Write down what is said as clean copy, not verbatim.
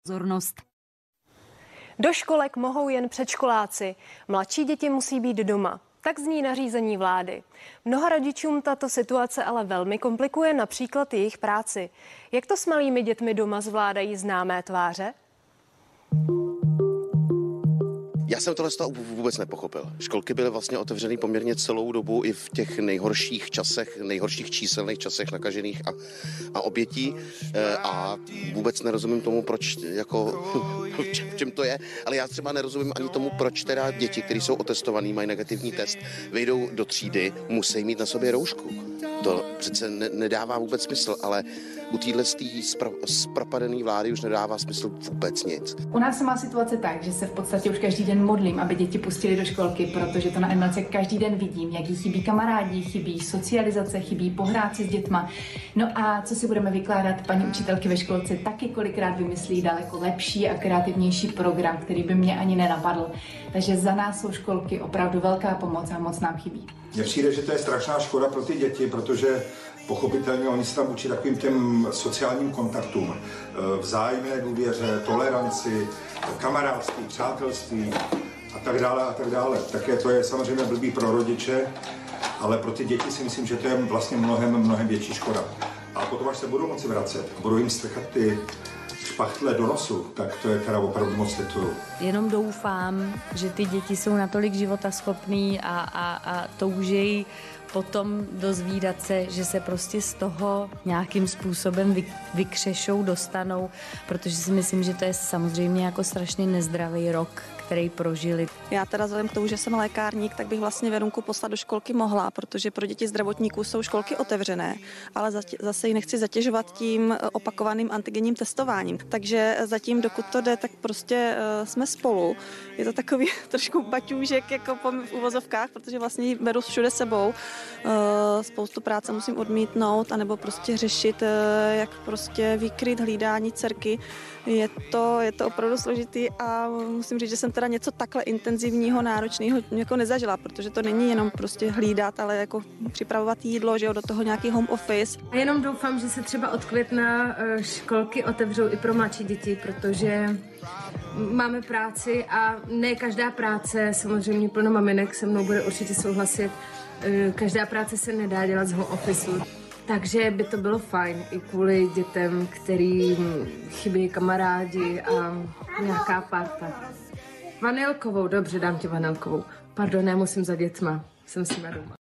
pozornost. Do školek mohou jen předškoláci. Mladší děti musí být doma. Tak zní nařízení vlády. Mnoha rodičům tato situace ale velmi komplikuje například jejich práci. Jak to s malými dětmi doma zvládají známé tváře? Já jsem tohle vůbec nepochopil. Školky byly vlastně otevřený poměrně celou dobu i v těch nejhorších časech, nejhorších číselných časech nakažených a obětí. A vůbec nerozumím tomu, proč, jako, v čem to je. Ale já třeba nerozumím ani tomu, proč teda děti, které jsou otestovaný, mají negativní test, vejdou do třídy, musí mít na sobě roušku. To přece nedává vůbec smysl, ale u téhle zpropadené vlády už nedává smysl vůbec nic. U nás se má situace tak, že se v podstatě už každý den modlím, aby děti pustili do školky, protože to na MLC každý den vidím, jak jí chybí kamarádi, chybí socializace, chybí pohrát si s dětma. No a co si budeme vykládat, paní učitelky ve školce taky kolikrát vymyslí daleko lepší a kreativnější program, který by mě ani nenapadl. Takže za nás jsou školky opravdu velká pomoc a moc nám chybí. Mně přijde, že to je strašná škoda pro ty děti, protože pochopitelně oni se tam učí takovým těm sociálním kontaktům, vzájemné důvěře, toleranci, kamarádství, přátelství a tak dále a tak dále. Také to je samozřejmě blbý pro rodiče, ale pro ty děti si myslím, že to je vlastně mnohem větší škoda. A potom, až se budou moci vracet a budou jim strkat ty špachtle do nosu, tak to je teda opravdu moc lituju. Jenom doufám, že ty děti jsou natolik životaschopný a toužejí potom dozvídat se, že se prostě z toho nějakým způsobem vykřešou, dostanou, protože si myslím, že to je samozřejmě jako strašně nezdravý rok, který prožili. Já teda vzhledem k tomu, že jsem lékárník, tak bych vlastně Verunku poslat do školky mohla, protože pro děti zdravotníků jsou školky otevřené, ale zase ji nechci zatěžovat tím opakovaným antigenním testováním. Takže zatím, dokud to jde, tak prostě jsme spolu. Je to takový trošku baťůžek jako v uvozovkách, protože vlastně ji beru všude sebou. Spoustu práce musím odmítnout, anebo prostě řešit, jak prostě výkryt, hlídání dcerky. Je to opravdu složitý a musím říct, že jsem teda něco takhle intenzivního, náročného jako nezažila, protože to není jenom prostě hlídat, ale jako připravovat jídlo, že jo, do toho nějaký home office. A jenom doufám, že se třeba od května školky otevřou i pro mladší děti, protože máme práci a ne každá práce, samozřejmě plno maminek se mnou bude určitě souhlasit, každá práce se nedá dělat z home officeu. Takže by to bylo fajn i kvůli dětem, kterým chybí kamarádi a nějaká parta. Vanilkovou, dobře, dám ti vanilkovou. Pardon, já musím za dětma, jsem s nimi doma.